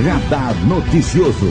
Radar Noticioso.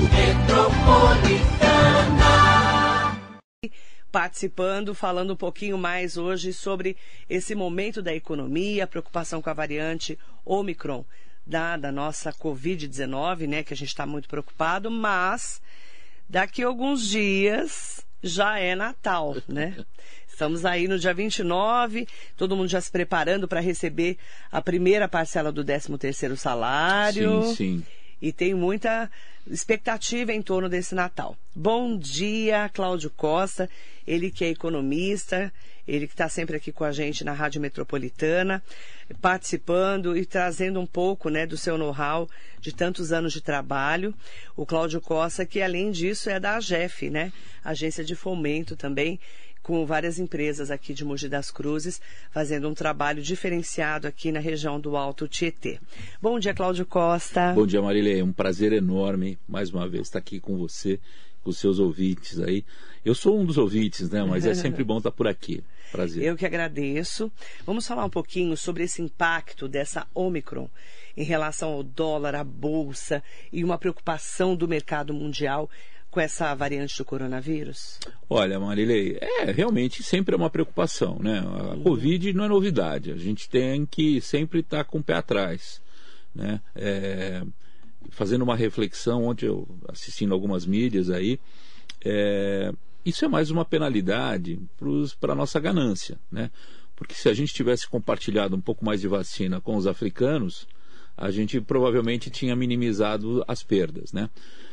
Participando, falando um pouquinho mais hoje sobre esse momento da economia, a preocupação com a variante Ômicron da nossa Covid-19, né, que a gente está muito preocupado, mas daqui a alguns dias já é Natal, né? Estamos aí no dia 29, todo mundo já se preparando para receber a primeira parcela do 13º salário. Sim, sim. E tem muita expectativa em torno desse Natal. Bom dia, Cláudio Costa, ele que é economista, ele que está sempre aqui com a gente na Rádio Metropolitana, participando e trazendo um pouco, né, do seu know-how de tantos anos de trabalho. O Cláudio Costa, que além disso é da AGEF, né, Agência de Fomento também, com várias empresas aqui de Mogi das Cruzes, fazendo um trabalho diferenciado aqui na região do Alto Tietê. Bom dia, Cláudio Costa. Bom dia, Marília. É um prazer enorme, mais uma vez, estar aqui com você, com os seus ouvintes aí. Eu sou um dos ouvintes, né? Mas é sempre bom estar por aqui. Prazer. Eu que agradeço. Vamos falar um pouquinho sobre esse impacto dessa Ômicron em relação ao dólar, à bolsa e uma preocupação do mercado mundial com essa variante do coronavírus? Olha, Marilei, realmente sempre é uma preocupação, né? A Covid não é novidade, a gente tem que sempre estar com o pé atrás, né? Fazendo uma reflexão, ontem eu assistindo algumas mídias aí, isso é mais uma penalidade para a nossa ganância, né? Porque se a gente tivesse compartilhado um pouco mais de vacina com os africanos, a gente provavelmente tinha minimizado as perdas, né?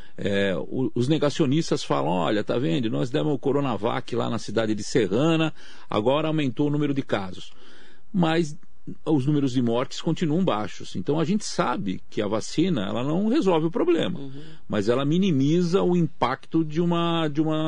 Os negacionistas falam, olha, tá vendo, nós demos o Coronavac lá na cidade de Serrana, agora aumentou o número de casos, mas os números de mortes continuam baixos. Então a gente sabe que a vacina ela não resolve o problema, mas ela minimiza o impacto de uma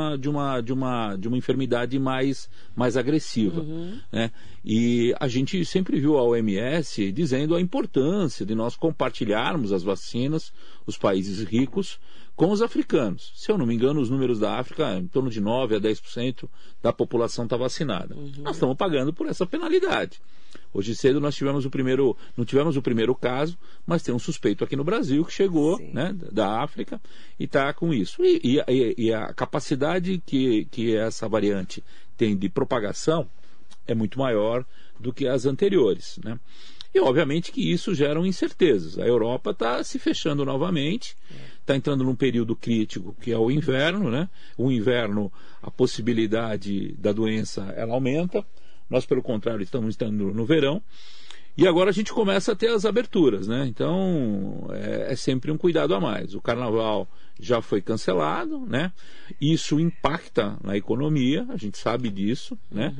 enfermidade mais agressiva, né? E a gente sempre viu a OMS dizendo a importância de nós compartilharmos as vacinas, os países ricos, com os africanos. Se eu não me engano, os números da África, em torno de 9 a 10% da população está vacinada. Nós estamos pagando por essa penalidade. Hoje cedo nós não tivemos o primeiro caso, mas tem um suspeito aqui no Brasil que chegou, né, da África e está com isso. E a capacidade que essa variante tem de propagação é muito maior do que as anteriores, né? E obviamente que isso gera incertezas. A Europa está se fechando novamente, está entrando num período crítico que é o inverno, né? O inverno, a possibilidade da doença ela aumenta. Nós, pelo contrário, estamos entrando no verão. E agora a gente começa a ter as aberturas, né? Então é sempre um cuidado a mais. O carnaval já foi cancelado, né? Isso impacta na economia, a gente sabe disso, né?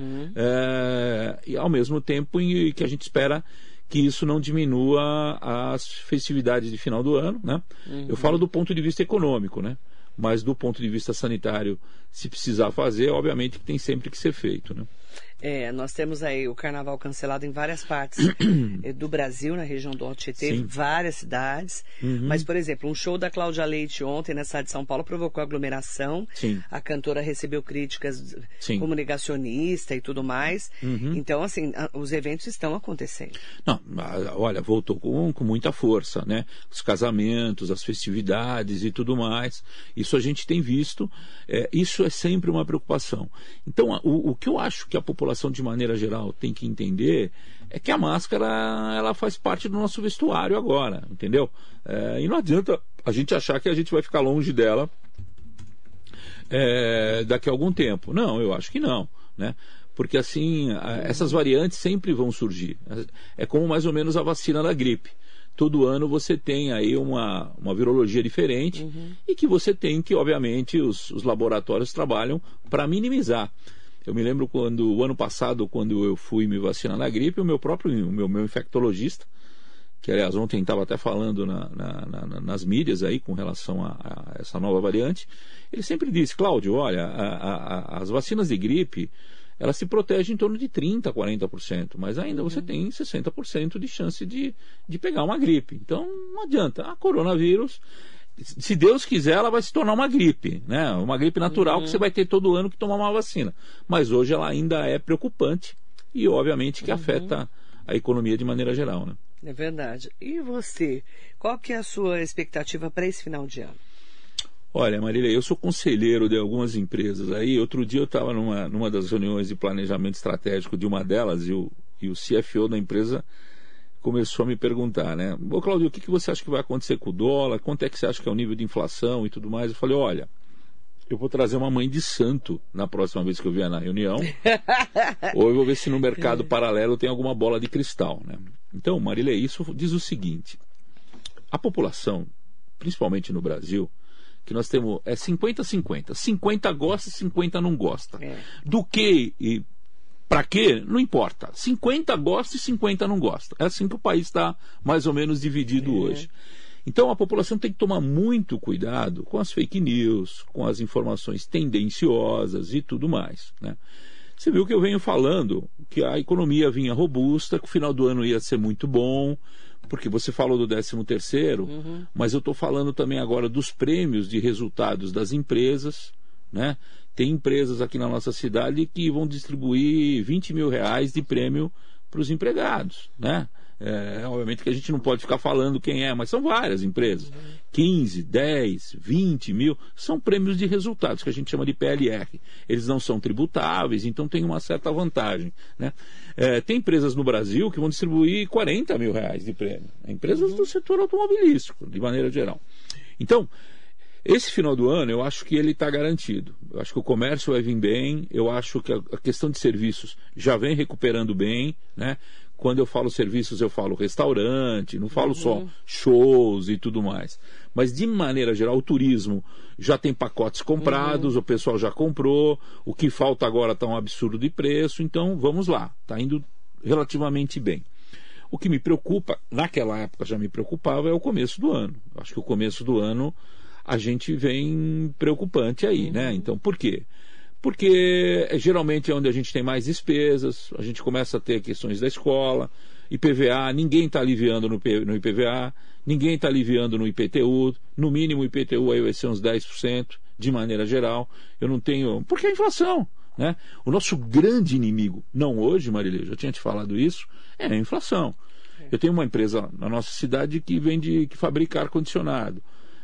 E ao mesmo tempo que a gente espera que isso não diminua as festividades de final do ano, né? Eu falo do ponto de vista econômico, né? Mas do ponto de vista sanitário, se precisar fazer, obviamente que tem sempre que ser feito, né? Nós temos aí o carnaval cancelado em várias partes do Brasil, na região do Alto Tietê, várias cidades. Mas, por exemplo, um show da Cláudia Leite ontem na cidade de São Paulo provocou aglomeração. A cantora recebeu críticas como negacionista e tudo mais. Então, assim, os eventos estão acontecendo. Não, olha, voltou com muita força, né? Os casamentos, as festividades e tudo mais. Isso a gente tem visto. Isso é sempre uma preocupação. Então, o que eu acho que a população de maneira geral tem que entender é que a máscara ela faz parte do nosso vestuário agora, entendeu? E não adianta a gente achar que a gente vai ficar longe dela daqui a algum tempo. Não, eu acho que não, né? Porque assim, essas variantes sempre vão surgir. É como mais ou menos a vacina da gripe. Todo ano você tem aí uma virologia diferente e que você tem que, obviamente, os laboratórios trabalham para minimizar. Eu me lembro o ano passado, quando eu fui me vacinar na gripe, o meu infectologista, que aliás ontem estava até falando nas mídias aí com relação a essa nova variante, ele sempre disse, Cláudio, olha, as vacinas de gripe, elas se protegem em torno de 30% a 40%, mas ainda você tem 60% de chance de pegar uma gripe. Então não adianta, a coronavírus, se Deus quiser, ela vai se tornar uma gripe, né? Uma gripe natural que você vai ter todo ano que tomar uma vacina. Mas hoje ela ainda é preocupante e obviamente que afeta a economia de maneira geral, né? É verdade. E você? Qual que é a sua expectativa para esse final de ano? Olha, Marília, eu sou conselheiro de algumas empresas aí. Outro dia eu estava numa das reuniões de planejamento estratégico de uma delas e o CFO da empresa começou a me perguntar, né? Ô, Cláudio, o que você acha que vai acontecer com o dólar? Quanto é que você acha que é o nível de inflação e tudo mais? Eu falei, olha, eu vou trazer uma mãe de santo na próxima vez que eu vier na reunião, ou eu vou ver se no mercado paralelo tem alguma bola de cristal, né? Então, Marília, isso diz o seguinte, a população, principalmente no Brasil, que nós temos 50-50. 50 gosta e 50 não gosta. Do que e para quê? Não importa. 50 gosta e 50 não gosta. É assim que o país está mais ou menos dividido hoje. Então a população tem que tomar muito cuidado com as fake news, com as informações tendenciosas e tudo mais, né? Você viu que eu venho falando que a economia vinha robusta, que o final do ano ia ser muito bom, porque você falou do 13º, mas eu estou falando também agora dos prêmios de resultados das empresas, né? Tem empresas aqui na nossa cidade que vão distribuir 20 mil reais de prêmio para os empregados, né? Obviamente que a gente não pode ficar falando quem é, mas são várias empresas. 15, 10, 20 mil, são prêmios de resultados, que a gente chama de PLR. Eles não são tributáveis, então tem uma certa vantagem, né? Tem empresas no Brasil que vão distribuir 40 mil reais de prêmio. Empresas do setor automobilístico, de maneira geral. Então, esse final do ano, eu acho que ele está garantido. Eu acho que o comércio vai vir bem, eu acho que a questão de serviços já vem recuperando bem, né? Quando eu falo serviços, eu falo restaurante, não falo só shows e tudo mais. Mas, de maneira geral, o turismo já tem pacotes comprados, o pessoal já comprou, o que falta agora está um absurdo de preço, então vamos lá, está indo relativamente bem. O que me preocupa, naquela época já me preocupava, é o começo do ano. Eu acho que o começo do ano a gente vem preocupante aí, né? Então, por quê? Porque geralmente é onde a gente tem mais despesas, a gente começa a ter questões da escola, IPVA, ninguém está aliviando no IPVA, ninguém está aliviando no IPTU, no mínimo o IPTU aí vai ser uns 10%, de maneira geral. Eu não tenho... Porque é a inflação, né? O nosso grande inimigo, não hoje, Marília, eu já tinha te falado isso, é a inflação. Eu tenho uma empresa na nossa cidade que fabrica ar-condicionado.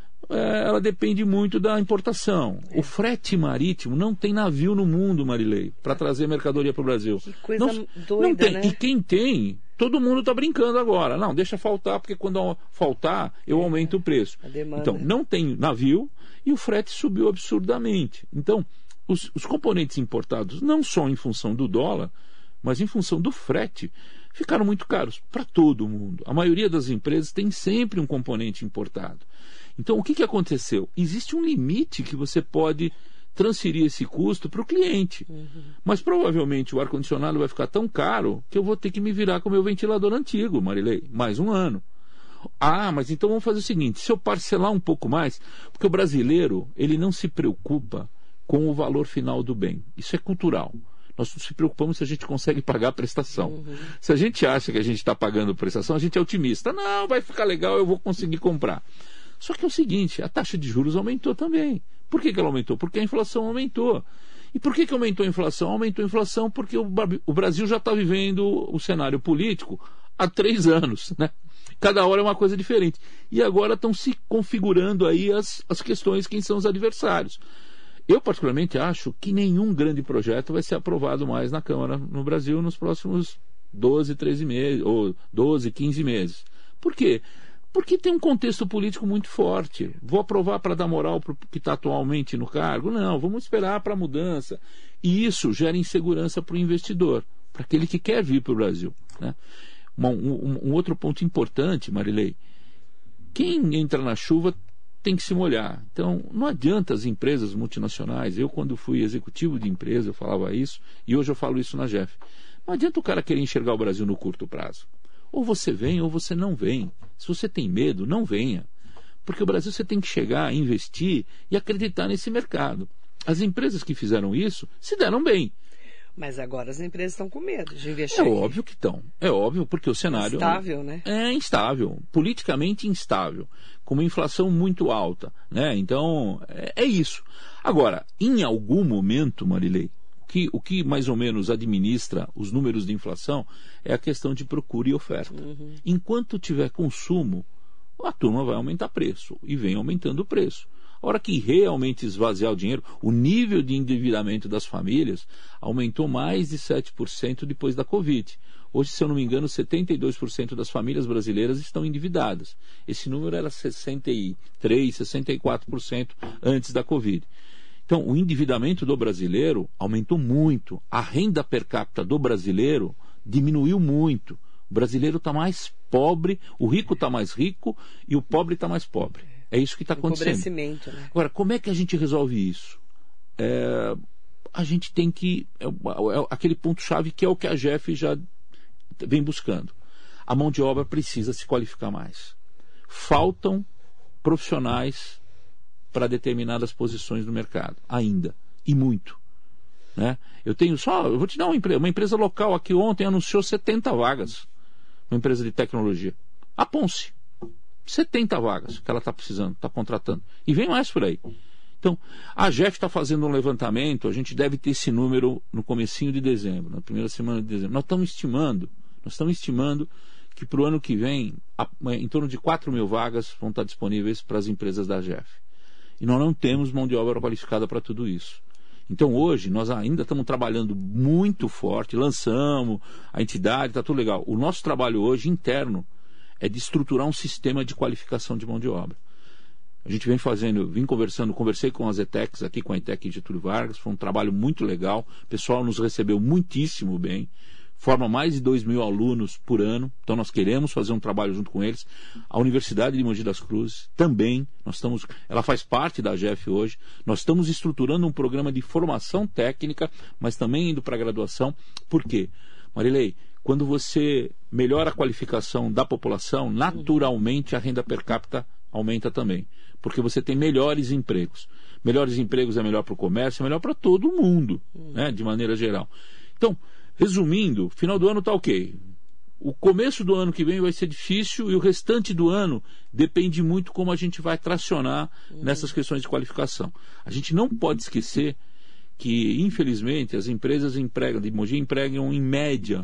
Ela depende muito da importação. O frete marítimo, não tem navio no mundo, Marilei, para trazer mercadoria para o Brasil. Que coisa doida, não tem. Né? E quem tem, todo mundo está brincando agora. Não, deixa faltar, porque quando faltar, eu aumento o preço. Então, não tem navio e o frete subiu absurdamente. Então, os componentes importados, não só em função do dólar, mas em função do frete, ficaram muito caros para todo mundo. A maioria das empresas tem sempre um componente importado. Então, o que aconteceu? Existe um limite que você pode transferir esse custo para o cliente. Mas provavelmente o ar-condicionado vai ficar tão caro que eu vou ter que me virar com o meu ventilador antigo, Marilei, mais um ano. Ah, mas então vamos fazer o seguinte, se eu parcelar um pouco mais, porque o brasileiro, ele não se preocupa com o valor final do bem. Isso é cultural. Nós nos preocupamos se a gente consegue pagar a prestação. Se a gente acha que a gente está pagando prestação, a gente é otimista. Não, vai ficar legal, eu vou conseguir comprar. Só que é o seguinte, a taxa de juros aumentou também. Por que ela aumentou? Porque a inflação aumentou. E por que aumentou a inflação? Aumentou a inflação porque o Brasil já está vivendo o cenário político há 3 anos, né? Cada hora é uma coisa diferente. E agora estão se configurando aí as questões, quem são os adversários. Eu, particularmente, acho que nenhum grande projeto vai ser aprovado mais na Câmara no Brasil nos próximos 12, 13 meses, ou 12, 15 meses. Por quê? Porque tem um contexto político muito forte. Vou aprovar para dar moral para o que está atualmente no cargo? Não, vamos esperar para a mudança. E isso gera insegurança para o investidor, para aquele que quer vir para o Brasil, né? Um outro ponto importante, Marilei, quem entra na chuva tem que se molhar. Então, não adianta as empresas multinacionais, eu quando fui executivo de empresa, eu falava isso, e hoje eu falo isso na GEF. Não adianta o cara querer enxergar o Brasil no curto prazo. Ou você vem ou você não vem. Se você tem medo, não venha. Porque o Brasil você tem que chegar, investir e acreditar nesse mercado. As empresas que fizeram isso se deram bem. Mas agora as empresas estão com medo de investir. É óbvio que estão. É óbvio, porque o cenário... Instável, né? É instável. Politicamente instável. Com uma inflação muito alta, né? Então, é isso. Agora, em algum momento, Marilei, o o que mais ou menos administra os números de inflação é a questão de procura e oferta. Enquanto tiver consumo, a turma vai aumentar preço e vem aumentando o preço. A hora que realmente esvaziar o dinheiro, o nível de endividamento das famílias aumentou mais de 7% depois da Covid. Hoje, se eu não me engano, 72% das famílias brasileiras estão endividadas. Esse número era 63%, 64% antes da Covid. Então, o endividamento do brasileiro aumentou muito. A renda per capita do brasileiro diminuiu muito. O brasileiro está mais pobre, o rico está mais rico e o pobre está mais pobre. É isso que está acontecendo. Né? Agora, como é que a gente resolve isso? A gente tem que... aquele ponto-chave que é o que a GEF já vem buscando. A mão de obra precisa se qualificar mais. Faltam profissionais para determinadas posições no mercado, ainda, e muito. Né? Eu vou te dar uma empresa local aqui ontem anunciou 70 vagas, uma empresa de tecnologia. A Ponce, 70 vagas que ela está precisando, está contratando. E vem mais por aí. Então, a GEF está fazendo um levantamento, a gente deve ter esse número no comecinho de dezembro, na primeira semana de dezembro. Nós estamos estimando que para o ano que vem, em torno de 4 mil vagas vão estar disponíveis para as empresas da GEF. E nós não temos mão de obra qualificada para tudo isso. Então hoje nós ainda estamos trabalhando muito forte, lançamos a entidade, está tudo legal. O nosso trabalho hoje interno é de estruturar um sistema de qualificação de mão de obra. A gente conversei com as ETECs aqui, com a ETEC Getúlio Vargas, foi um trabalho muito legal, o pessoal nos recebeu muitíssimo bem. Forma mais de 2.000 alunos por ano, então nós queremos fazer um trabalho junto com eles. A Universidade de Mogi das Cruzes também, ela faz parte da GEF hoje. Nós estamos estruturando um programa de formação técnica, mas também indo para a graduação. Por quê? Marilei, quando você melhora a qualificação da população, naturalmente a renda per capita aumenta também, porque você tem melhores empregos. Melhores empregos é melhor para o comércio, é melhor para todo mundo, né, de maneira geral. Então, resumindo, final do ano está ok. O começo do ano que vem vai ser difícil e o restante do ano depende muito como a gente vai tracionar nessas questões de qualificação. A gente não pode esquecer que, infelizmente, as empresas de Mogi empregam em média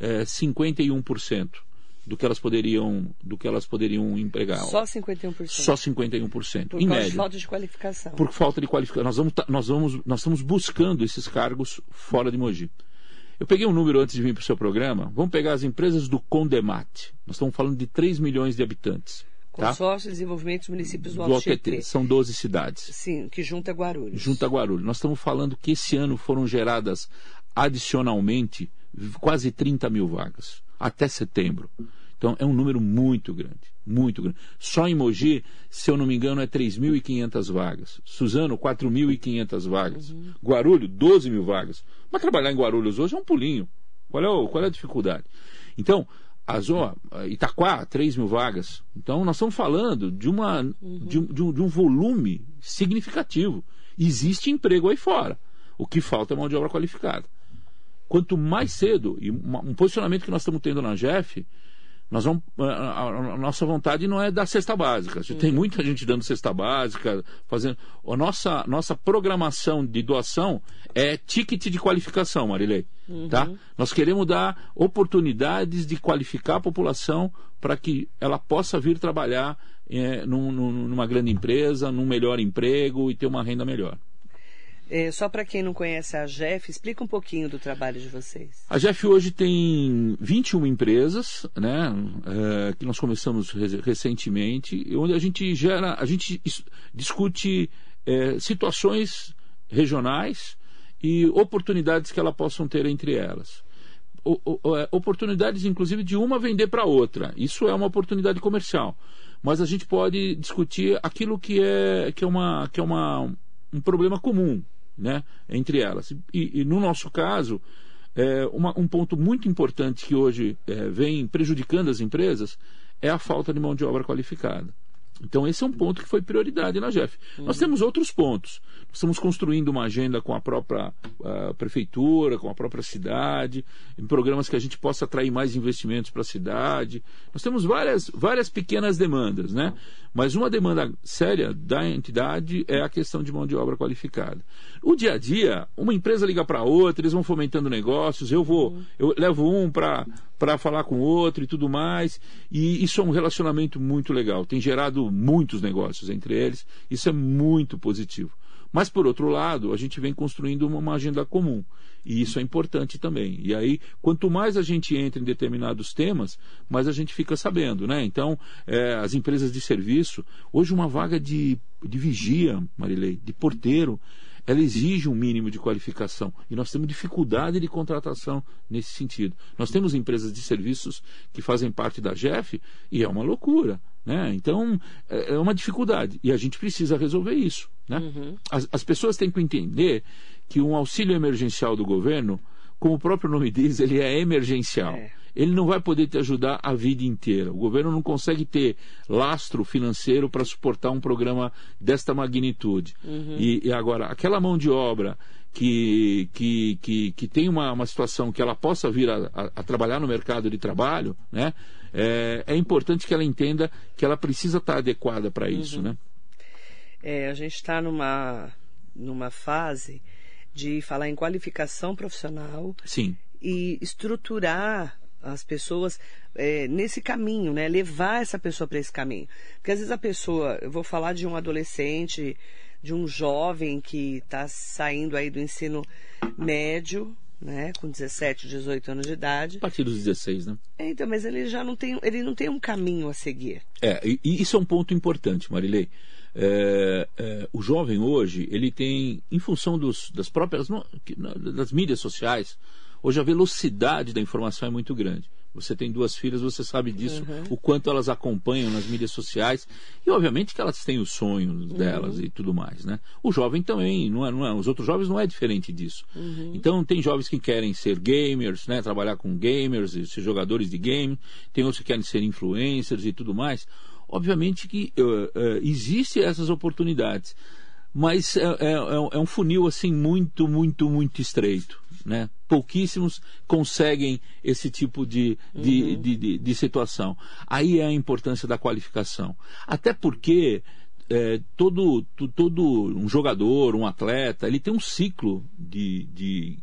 51% do que elas poderiam empregar. Só 51%? Só 51%. Por causa de falta de qualificação. Por falta de qualificação. Nós estamos buscando esses cargos fora de Mogi. Eu peguei um número antes de vir para o seu programa. Vamos pegar as empresas do Condemate. Nós estamos falando de 3 milhões de habitantes. Consórcio de Desenvolvimento dos Municípios do Alto Tietê. Tietê. São 12 cidades. Sim, que junta Guarulhos. Nós estamos falando que esse ano foram geradas adicionalmente quase 30 mil vagas. Até setembro. Então é um número muito grande. Muito grande. Só em Mogi, se eu não me engano, é 3.500 vagas. Suzano, 4.500 vagas. Guarulhos, 12 mil vagas. Mas trabalhar em Guarulhos hoje é um pulinho. Qual é a dificuldade? Então, Itaquá, 3 mil vagas. Então, nós estamos falando de um volume significativo. Existe emprego aí fora. O que falta é mão de obra qualificada. Quanto mais cedo, e um posicionamento que nós estamos tendo na GEF, a nossa vontade não é dar cesta básica. Tem muita gente dando cesta básica, fazendo. A nossa programação de doação é ticket de qualificação, Marilei. Tá? Nós queremos dar oportunidades de qualificar a população para que ela possa vir trabalhar numa grande empresa, num melhor emprego e ter uma renda melhor. Só para quem não conhece a GEF, explica um pouquinho do trabalho de vocês. A GEF hoje tem 21 empresas, né, que nós começamos recentemente, onde a gente discute situações regionais e oportunidades que elas possam ter entre elas. Oportunidades, inclusive, de uma vender para outra. Isso é uma oportunidade comercial. Mas a gente pode discutir aquilo que é um problema comum, né, entre elas. E no nosso caso, um ponto muito importante que hoje vem prejudicando as empresas é a falta de mão de obra qualificada. Então esse é um ponto que foi prioridade na GEF. Nós temos outros pontos. Nós estamos construindo uma agenda com a própria prefeitura, com a própria cidade, em programas que a gente possa atrair mais investimentos para a cidade. Nós temos várias pequenas demandas, né? Mas uma demanda séria da entidade é a questão de mão de obra qualificada. O dia a dia, uma empresa liga para outra, eles vão fomentando negócios, eu levo um para falar com o outro e tudo mais, e isso é um relacionamento muito legal, tem gerado muitos negócios entre eles, isso é muito positivo. Mas, por outro lado, a gente vem construindo uma agenda comum, e isso é importante também. E aí, quanto mais a gente entra em determinados temas, mais a gente fica sabendo, né? Então, as empresas de serviço, hoje uma vaga de vigia, Marilei, de porteiro, ela exige um mínimo de qualificação, e nós temos dificuldade de contratação nesse sentido. Nós temos empresas de serviços que fazem parte da GEF, e é uma loucura, né? Então, é uma dificuldade, e a gente precisa resolver isso, né? As pessoas têm que entender que um auxílio emergencial do governo, como o próprio nome diz, ele é emergencial. Ele não vai poder te ajudar a vida inteira. O governo não consegue ter lastro financeiro para suportar um programa desta magnitude. E agora, aquela mão de obra que tem uma situação que ela possa vir a trabalhar no mercado de trabalho, né? É importante que ela entenda que ela precisa estar adequada para isso, né? A gente está numa fase de falar em qualificação profissional. Sim. E estruturar as pessoas nesse caminho, né? Levar essa pessoa para esse caminho. Porque às vezes a pessoa, eu vou falar de um adolescente, de um jovem que está saindo aí do ensino médio, né? Com 17, 18 anos de idade. A partir dos 16, né? Então, mas ele já não tem um caminho a seguir. E isso é um ponto importante, Marilei. O jovem hoje, ele tem, em função das próprias das mídias sociais, hoje a velocidade da informação é muito grande. Você tem 2 filhas, você sabe disso, o quanto elas acompanham nas mídias sociais, e obviamente que elas têm os sonhos delas e tudo mais, né? O jovem também, não é, os outros jovens não é diferente disso. Então tem jovens que querem ser gamers, né? Trabalhar com gamers, ser jogadores de game, tem outros que querem ser influencers e tudo mais. Obviamente que existem essas oportunidades, mas é um funil assim muito, muito, muito estreito, né? Pouquíssimos conseguem esse tipo de situação. Aí é a importância da qualificação. Até porque todo um jogador, um atleta, ele tem um ciclo de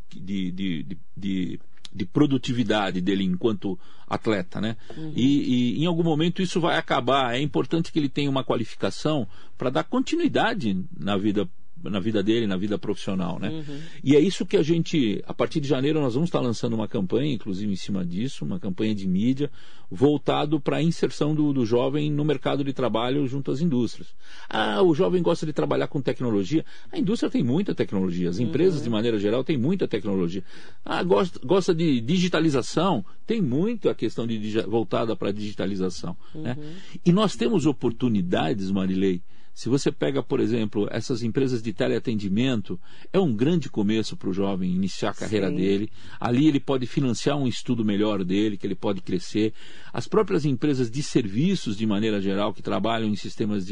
produtividade dele enquanto atleta, né? E em algum momento isso vai acabar. É importante que ele tenha uma qualificação para dar continuidade na vida dele, na vida profissional, né? E é isso que a gente, a partir de janeiro, nós vamos estar lançando uma campanha, inclusive em cima disso, uma campanha de mídia, voltado para a inserção do jovem no mercado de trabalho junto às indústrias. O jovem gosta de trabalhar com tecnologia. A indústria tem muita tecnologia, as empresas, de maneira geral, têm muita tecnologia. Gosta de digitalização, tem muito a questão voltada para a digitalização, né? E nós temos oportunidades, Marilei. Se você pega, por exemplo, essas empresas de teleatendimento, é um grande começo para o jovem iniciar a carreira dele. Ali ele pode financiar um estudo melhor dele, que ele pode crescer. As próprias empresas de serviços, de maneira geral, que trabalham em sistemas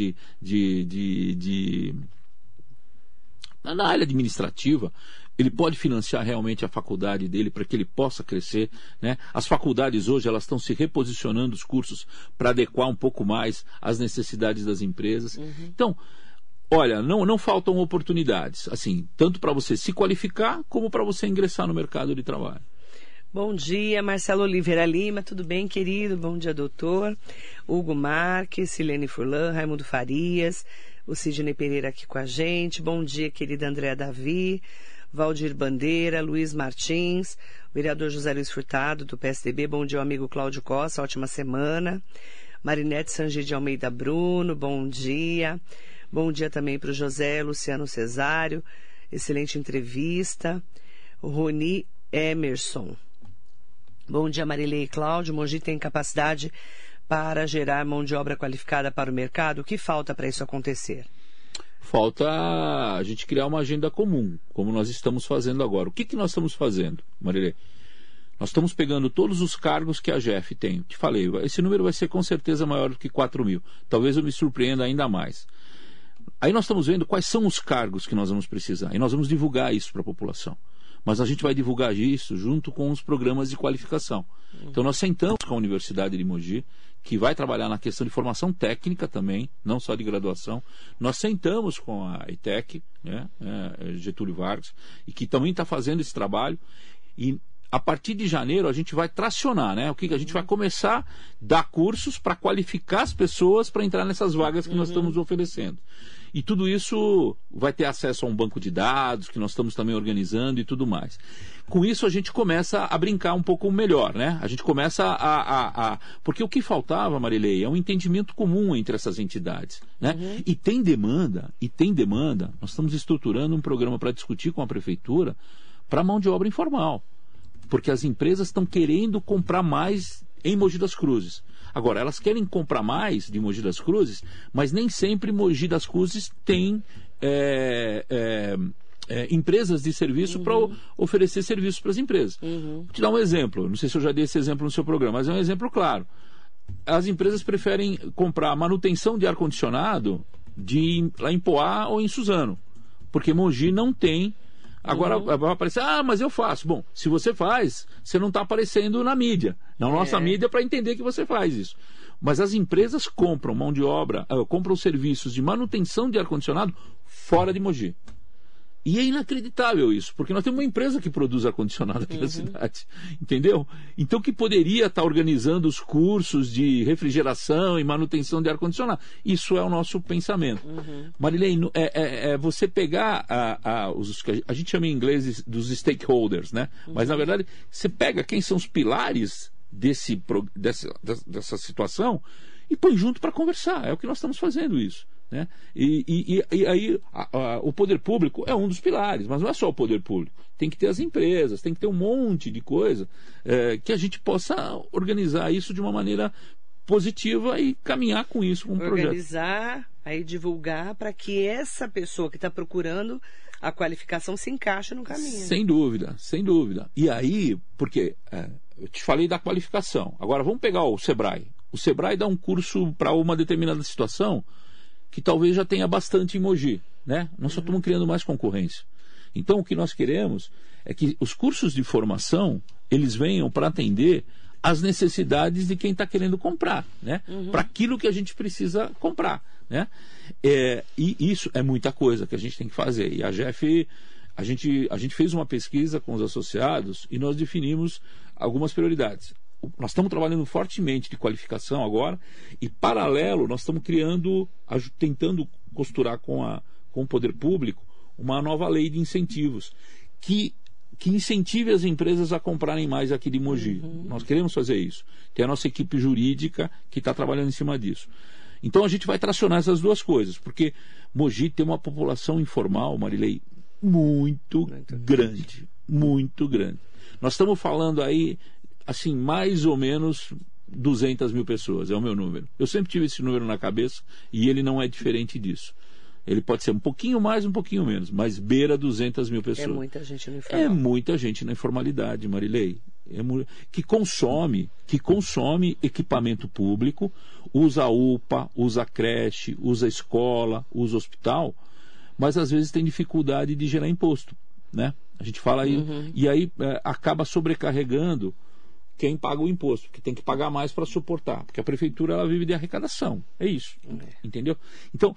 na área administrativa, ele pode financiar realmente a faculdade dele para que ele possa crescer, né? As faculdades hoje elas estão se reposicionando os cursos para adequar um pouco mais às necessidades das empresas. Então, olha, não faltam oportunidades, assim, tanto para você se qualificar como para você ingressar no mercado de trabalho. Bom dia, Marcelo Oliveira Lima, tudo bem, querido? Bom dia, doutor. Hugo Marques, Silene Furlan, Raimundo Farias, o Sidney Pereira aqui com a gente. Bom dia, querida Andréa Davi, Valdir Bandeira, Luiz Martins, o vereador José Luiz Furtado, do PSDB. Bom dia, amigo Cláudio Costa, ótima semana. Marinete Sangi de Almeida Bruno, bom dia. Bom dia também para o José Luciano Cesário, excelente entrevista. O Roni Emerson. Bom dia, Marilei e Cláudio. Mogi tem capacidade para gerar mão de obra qualificada para o mercado? O que falta para isso acontecer? Falta a gente criar uma agenda comum, como nós estamos fazendo agora. O que nós estamos fazendo, Marilei? Nós estamos pegando todos os cargos que a AGEF tem. Te falei, esse número vai ser com certeza maior do que 4 mil. Talvez eu me surpreenda ainda mais. Aí nós estamos vendo quais são os cargos que nós vamos precisar. E nós vamos divulgar isso para a população. Mas a gente vai divulgar isso junto com os programas de qualificação. Então nós sentamos com a Universidade de Mogi, que vai trabalhar na questão de formação técnica também, não só de graduação. Nós sentamos com a ETEC, né, Getúlio Vargas, e que também está fazendo esse trabalho. E a partir de janeiro a gente vai tracionar, né? O que a gente vai começar a dar cursos para qualificar as pessoas para entrar nessas vagas que nós estamos oferecendo. E tudo isso vai ter acesso a um banco de dados que nós estamos também organizando e tudo mais. Com isso a gente começa a brincar um pouco melhor, né? A gente começa porque o que faltava, Marilei, é um entendimento comum entre essas entidades, né? E tem demanda. Nós estamos estruturando um programa para discutir com a prefeitura para mão de obra informal. Porque as empresas estão querendo comprar mais em Mogi das Cruzes. Agora, elas querem comprar mais de Mogi das Cruzes, mas nem sempre Mogi das Cruzes tem empresas de serviço para oferecer serviços para as empresas. Vou te dar um exemplo, não sei se eu já dei esse exemplo no seu programa, mas é um exemplo claro. As empresas preferem comprar manutenção de ar-condicionado lá em Poá ou em Suzano, porque Mogi não tem. Agora vai aparecer, mas eu faço. Bom, se você faz, você não está aparecendo na mídia, na nossa mídia, para entender que você faz isso. Mas as empresas compram mão de obra, compram serviços de manutenção de ar-condicionado fora de Mogi. E é inacreditável isso, porque nós temos uma empresa que produz ar-condicionado aqui na cidade, entendeu? Então que poderia estar organizando os cursos de refrigeração e manutenção de ar-condicionado. Isso é o nosso pensamento. Marilei, você pegar os que a gente chama em inglês dos stakeholders, né? Mas na verdade você pega quem são os pilares dessa situação e põe junto para conversar. É o que nós estamos fazendo isso. Né? E aí o poder público é um dos pilares, mas não é só o poder público, tem que ter as empresas, tem que ter um monte de coisa que a gente possa organizar isso de uma maneira positiva e caminhar com isso com um projeto. Organizar, aí divulgar para que essa pessoa que está procurando a qualificação se encaixe no caminho. Sem dúvida, sem dúvida. E aí, porque eu te falei da qualificação, agora vamos pegar o Sebrae. O Sebrae dá um curso para uma determinada situação que talvez já tenha bastante em Mogi, né? Nós só estamos criando mais concorrência. Então, o que nós queremos é que os cursos de formação, eles venham para atender às necessidades de quem está querendo comprar, né? Para aquilo que a gente precisa comprar, né? E isso é muita coisa que a gente tem que fazer. E a AGEF, a gente fez uma pesquisa com os associados e nós definimos algumas prioridades. Nós estamos trabalhando fortemente de qualificação agora e, paralelo, nós estamos tentando costurar com o poder público uma nova lei de incentivos que incentive as empresas a comprarem mais aqui de Mogi. Nós queremos fazer isso. Tem a nossa equipe jurídica que está trabalhando em cima disso. Então a gente vai tracionar essas duas coisas, porque Mogi tem uma população informal, Marilei, muito grande. Muito grande. Nós estamos falando aí assim, mais ou menos 200 mil pessoas, é o meu número. Eu sempre tive esse número na cabeça e ele não é diferente disso. Ele pode ser um pouquinho mais, um pouquinho menos, mas beira 200 mil pessoas. É muita gente na informalidade. É muita gente na informalidade, Marilei. Que consome equipamento público, usa UPA, usa creche, usa escola, usa hospital, mas às vezes tem dificuldade de gerar imposto, né? A gente fala aí, e aí acaba sobrecarregando quem paga o imposto, que tem que pagar mais para suportar, porque a prefeitura ela vive de arrecadação, é isso, entendeu? Então,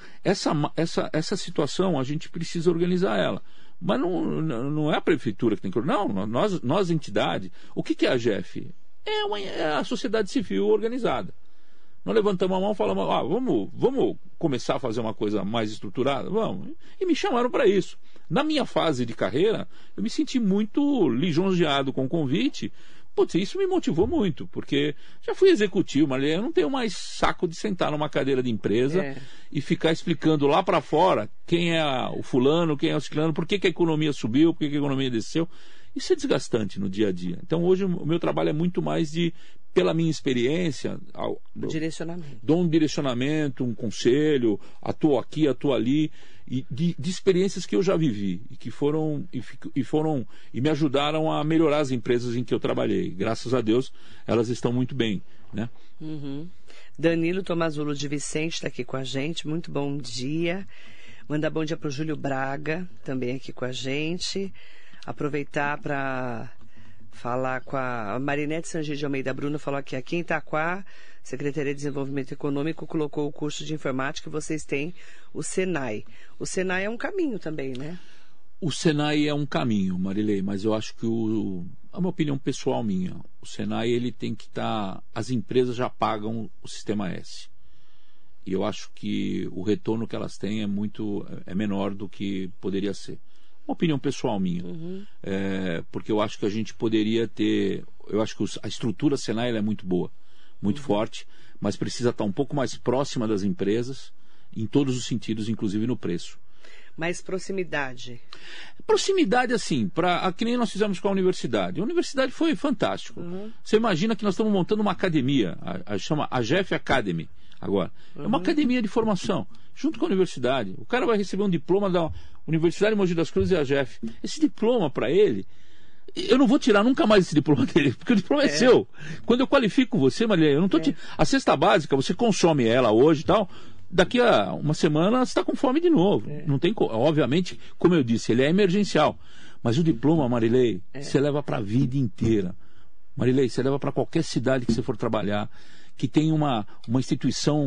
essa situação a gente precisa organizar ela, mas não é a prefeitura que tem que organizar, não, nós entidade, o que é a AGEF? É a sociedade civil organizada. Nós levantamos a mão e falamos, vamos começar a fazer uma coisa mais estruturada? Vamos. E me chamaram para isso. Na minha fase de carreira, eu me senti muito lisonjeado com o convite. Putz, isso me motivou muito, porque já fui executivo, mas eu não tenho mais saco de sentar numa cadeira de empresa e ficar explicando lá para fora quem é o fulano, quem é o ciclano, por que a economia subiu, por que a economia desceu. Isso é desgastante no dia a dia. Então hoje o meu trabalho é muito mais pela minha experiência, Direcionamento. Dou um direcionamento, um conselho, atuo aqui, atuo ali, e de experiências que eu já vivi e que foram e me ajudaram a melhorar as empresas em que eu trabalhei. Graças a Deus, elas estão muito bem, né? Uhum. Danilo Tomazulo de Vicente está aqui com a gente. Muito bom dia. Manda bom dia para o Júlio Braga, também aqui com a gente. Aproveitar para falar com a Marinete Sangi de Almeida Bruno, falou aqui em Itaquá, Secretaria de Desenvolvimento Econômico colocou o curso de informática e vocês têm o Senai. O Senai é um caminho também, né? O Senai é um caminho, Marilei, mas eu acho que é uma opinião pessoal minha. O Senai, ele tem que estar... As empresas já pagam o Sistema S. E eu acho que o retorno que elas têm é menor do que poderia ser. Uma opinião pessoal minha. Uhum. Porque eu acho que a gente poderia ter... Eu acho que a estrutura Senai ela é muito boa, muito forte, mas precisa estar um pouco mais próxima das empresas, em todos os sentidos, inclusive no preço. Mais proximidade. Proximidade, assim, que nem nós fizemos com a universidade. A universidade foi fantástico. Uhum. Você imagina que nós estamos montando uma academia, chama AGEF Academy, agora. É uma academia de formação, junto com a universidade. O cara vai receber um diploma da Universidade Mogi das Cruzes e AGEF. Esse diploma, para ele, eu não vou tirar nunca mais esse diploma dele, porque o diploma é seu. Quando eu qualifico você, Maria, eu não estou A cesta básica, você consome ela hoje e tal... Daqui a uma semana você está com fome de novo. Não tem, obviamente, como eu disse, ele é emergencial. Mas o diploma, Marilei, você leva para a vida inteira. Marilei, você leva para qualquer cidade que você for trabalhar, que tem uma instituição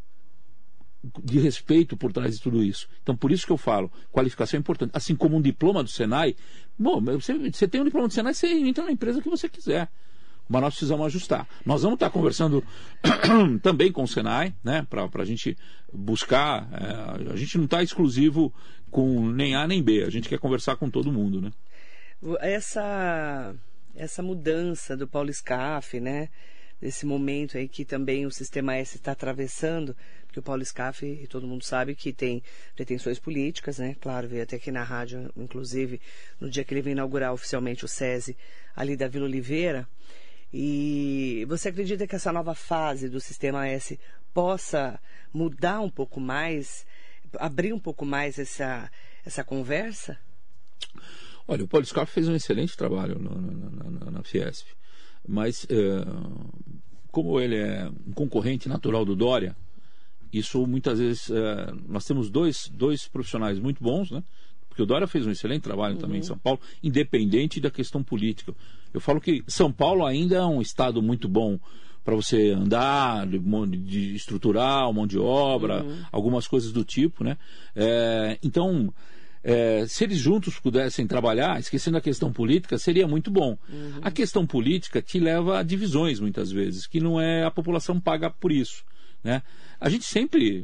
de respeito por trás de tudo isso. Então, por isso que eu falo, qualificação é importante. Assim como um diploma do Senai, bom, você tem um diploma do Senai, você entra na empresa que você quiser. Mas nós precisamos ajustar. Nós vamos estar conversando também com o Senai, né, para a gente buscar. A gente não está exclusivo com nem A nem B, a gente quer conversar com todo mundo, né? Essa mudança do Paulo Scaff, né, desse momento aí que também o Sistema S está atravessando, porque o Paulo Scaff, e todo mundo sabe que tem pretensões políticas, né? Claro, veio até aqui na rádio, inclusive, no dia que ele veio inaugurar oficialmente o SESI, ali da Vila Oliveira. E você acredita que essa nova fase do Sistema S possa mudar um pouco mais, abrir um pouco mais essa conversa? Olha, o Paulo Scaff fez um excelente trabalho na Fiesp, mas como ele é um concorrente natural do Dória, isso muitas vezes... nós temos dois profissionais muito bons, né? Porque o Dória fez um excelente trabalho também em São Paulo, independente da questão política. Eu falo que São Paulo ainda é um estado muito bom para você andar, de estrutural, mão de obra, algumas coisas do tipo, né? Então, se eles juntos pudessem trabalhar, esquecendo a questão política, seria muito bom. A questão política te leva a divisões, muitas vezes, que não é a população paga por isso, né? A gente sempre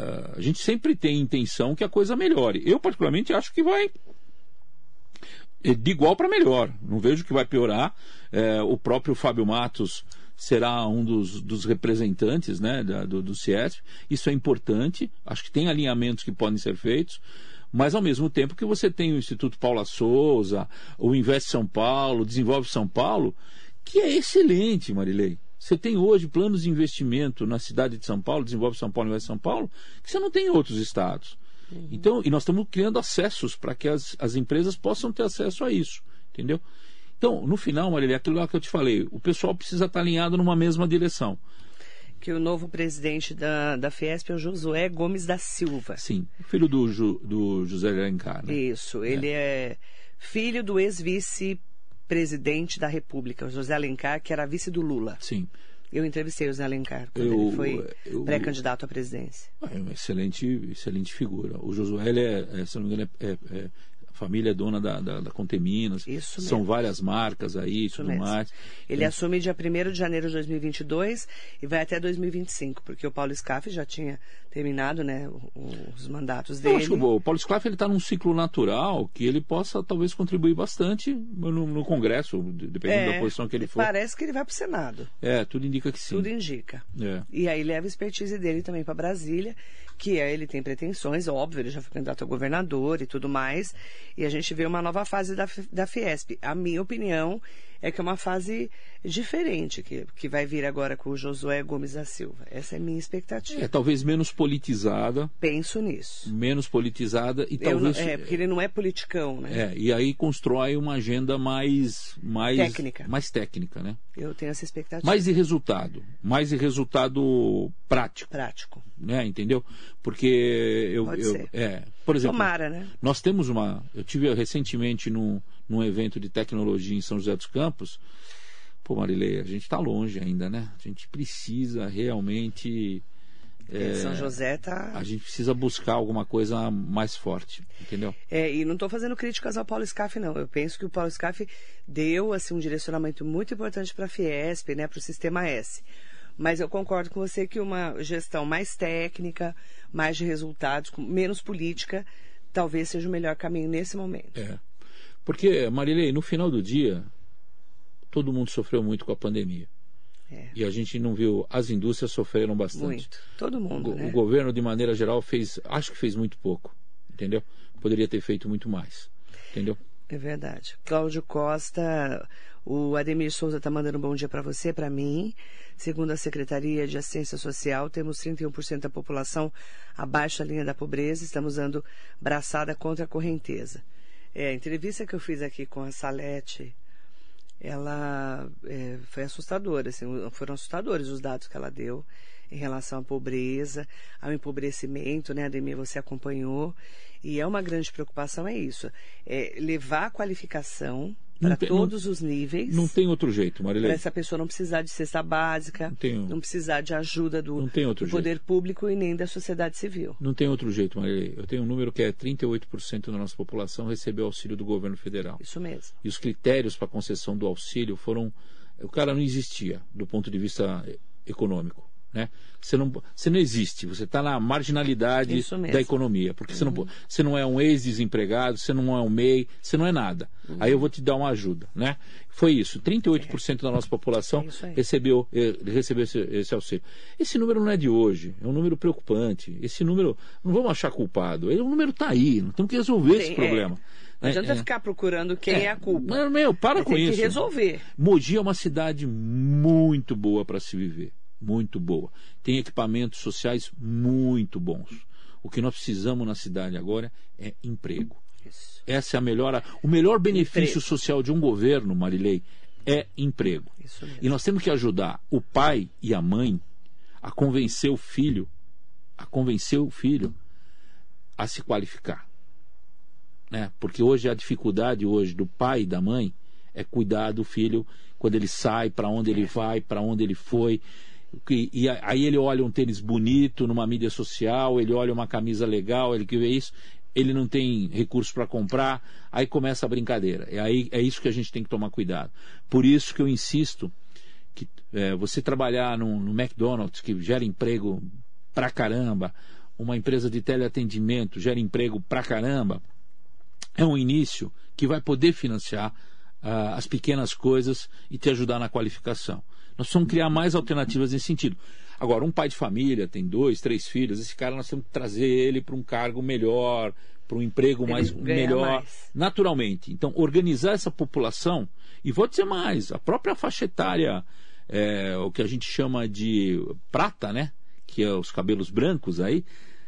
tem intenção que a coisa melhore. Eu, particularmente, acho que vai de igual para melhor. Não vejo que vai piorar. O próprio Fábio Matos será um dos representantes, né, do CIESP. Isso é importante. Acho que tem alinhamentos que podem ser feitos. Mas, ao mesmo tempo que você tem o Instituto Paula Souza, o Invest São Paulo, o Desenvolve São Paulo, que é excelente, Marilei. Você tem hoje planos de investimento na cidade de São Paulo, Desenvolve São Paulo, Invest São Paulo, que você não tem em outros estados. Então, e nós estamos criando acessos para que as empresas possam ter acesso a isso, entendeu? Então, no final, Marília, aquilo lá que eu te falei, o pessoal precisa estar alinhado numa mesma direção. Que o novo presidente da Fiesp é o Josué Gomes da Silva. Sim, filho do José Alencar, né? Isso, ele é filho do ex-vice-presidente da República, o José Alencar, que era vice do Lula. Sim. Eu entrevistei o José Alencar quando ele foi pré-candidato à presidência. É uma excelente figura. O Josué, ele se não me engano, a família é dona da Conteminas. Isso mesmo. São várias marcas aí e tudo mais. Ele assume dia 1º de janeiro de 2022 e vai até 2025, porque o Paulo Scaff já tinha terminado, né, os mandatos dele. Eu acho que o Paulo Scaff está num ciclo natural que ele possa talvez contribuir bastante no Congresso, dependendo da posição que ele for. Parece que ele vai para o Senado. Tudo indica que sim. Tudo indica. E aí leva a expertise dele também para Brasília, que ele tem pretensões, óbvio, ele já foi candidato a governador e tudo mais, e a gente vê uma nova fase da Fiesp. A minha opinião é que é uma fase diferente que vai vir agora com o Josué Gomes da Silva. Essa é a minha expectativa. Talvez menos politizada. Penso nisso. Menos politizada e talvez... porque ele não é politicão, né? E aí constrói uma agenda mais técnica. Mais técnica, né? Eu tenho essa expectativa. Mais de resultado prático. Prático. Né? Entendeu? Porque Pode ser. Por exemplo, tomara, né? Nós temos eu tive recentemente num evento de tecnologia em São José dos Campos. Pô, Marilei, a gente está longe ainda, né? A gente precisa realmente... São José tá... A gente precisa buscar alguma coisa mais forte, entendeu? E não estou fazendo críticas ao Paulo Scaff, não. Eu penso que o Paulo Scaff deu assim, um direcionamento muito importante para a Fiesp, né, para o Sistema S. Mas eu concordo com você que uma gestão mais técnica, mais de resultados, menos política, talvez seja o melhor caminho nesse momento. Porque, Marilei, no final do dia, todo mundo sofreu muito com a pandemia. E a gente não viu, as indústrias sofreram bastante. Muito, todo mundo, né? O governo, de maneira geral, acho que fez muito pouco, entendeu? Poderia ter feito muito mais, entendeu? É verdade. Cláudio Costa, o Ademir Souza está mandando um bom dia para você, para mim. Segundo a Secretaria de Assistência Social, temos 31% da população abaixo da linha da pobreza, estamos dando braçada contra a correnteza. A entrevista que eu fiz aqui com a Salete, ela foi assustadora, assim, foram assustadores os dados que ela deu em relação à pobreza, ao empobrecimento, né, Ademir, você acompanhou, e é uma grande preocupação, isso, levar a qualificação para todos os níveis. Não tem outro jeito, Marilei. Para essa pessoa não precisar de cesta básica, não precisar de ajuda do poder público e nem da sociedade civil. Não tem outro jeito, Marilei. Eu tenho um número que 38% da nossa população recebeu auxílio do governo federal. Isso mesmo. E os critérios para concessão do auxílio foram... O cara não existia do ponto de vista econômico. Né? Você não existe, você está na marginalidade da economia, porque você não é um ex-desempregado, você não é um MEI, você não é nada. Aí eu vou te dar uma ajuda, né? Foi isso, 38% da nossa população recebeu esse auxílio. Esse número não é de hoje, é um número preocupante. Esse número, não vamos achar culpado, o número está aí, não temos que resolver esse problema. Não adianta ficar procurando quem é a culpa. Para com isso. Tem que resolver. Mogi é uma cidade muito boa para se viver. Muito boa. Tem equipamentos sociais muito bons. O que nós precisamos na cidade agora é emprego. Isso. Essa é o melhor benefício social de um governo, Marilei, é emprego. Isso mesmo. E nós temos que ajudar o pai e a mãe a convencer o filho a se qualificar. Né? Porque hoje a dificuldade do pai e da mãe é cuidar do filho quando ele sai, para onde ele vai, para onde ele foi. E aí ele olha um tênis bonito numa mídia social, ele olha uma camisa legal, ele vê isso, ele não tem recurso para comprar, aí começa a brincadeira. E aí é isso que a gente tem que tomar cuidado. Por isso que eu insisto que você trabalhar no McDonald's, que gera emprego pra caramba, uma empresa de teleatendimento gera emprego pra caramba, é um início que vai poder financiar as pequenas coisas e te ajudar na qualificação. Nós precisamos criar mais alternativas nesse sentido. Agora, um pai de família tem 2, 3 filhos, esse cara nós temos que trazer ele para um cargo melhor, para um emprego melhor, naturalmente. Então, organizar essa população, e vou dizer mais, a própria faixa etária, o que a gente chama de prata, né? Que é os cabelos brancos aí,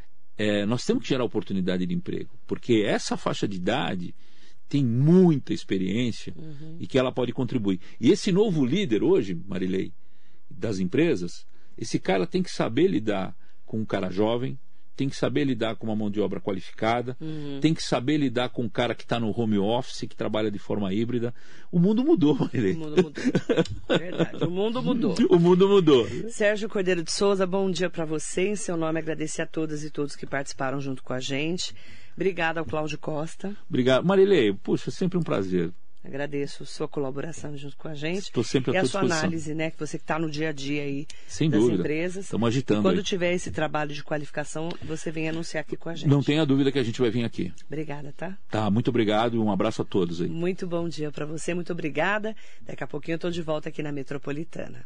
nós temos que gerar oportunidade de emprego, porque essa faixa de idade tem muita experiência e que ela pode contribuir. E esse novo líder hoje, Marilei, das empresas, esse cara tem que saber lidar com um cara jovem, tem que saber lidar com uma mão de obra qualificada, tem que saber lidar com um cara que está no home office, que trabalha de forma híbrida. O mundo mudou, Marilei. O mundo mudou. É verdade, o mundo mudou. O mundo mudou. Sérgio Cordeiro de Souza, bom dia para você. Em seu nome, agradecer a todas e todos que participaram junto com a gente. Obrigada ao Cláudio Costa. Obrigado. Marilei, puxa, é sempre um prazer. Agradeço sua colaboração junto com a gente. Estou sempre à tua disposição. E a sua análise, né? Que você que está no dia a dia aí sem das dúvida. Empresas. Estamos agitando. E quando aí tiver esse trabalho de qualificação, você vem anunciar aqui com a gente. Não tenha dúvida que a gente vai vir aqui. Obrigada, tá? Tá, muito obrigado e um abraço a todos aí. Muito bom dia para você, muito obrigada. Daqui a pouquinho eu estou de volta aqui na Metropolitana.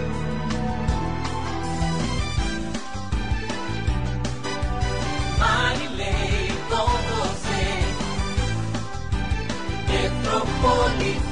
My me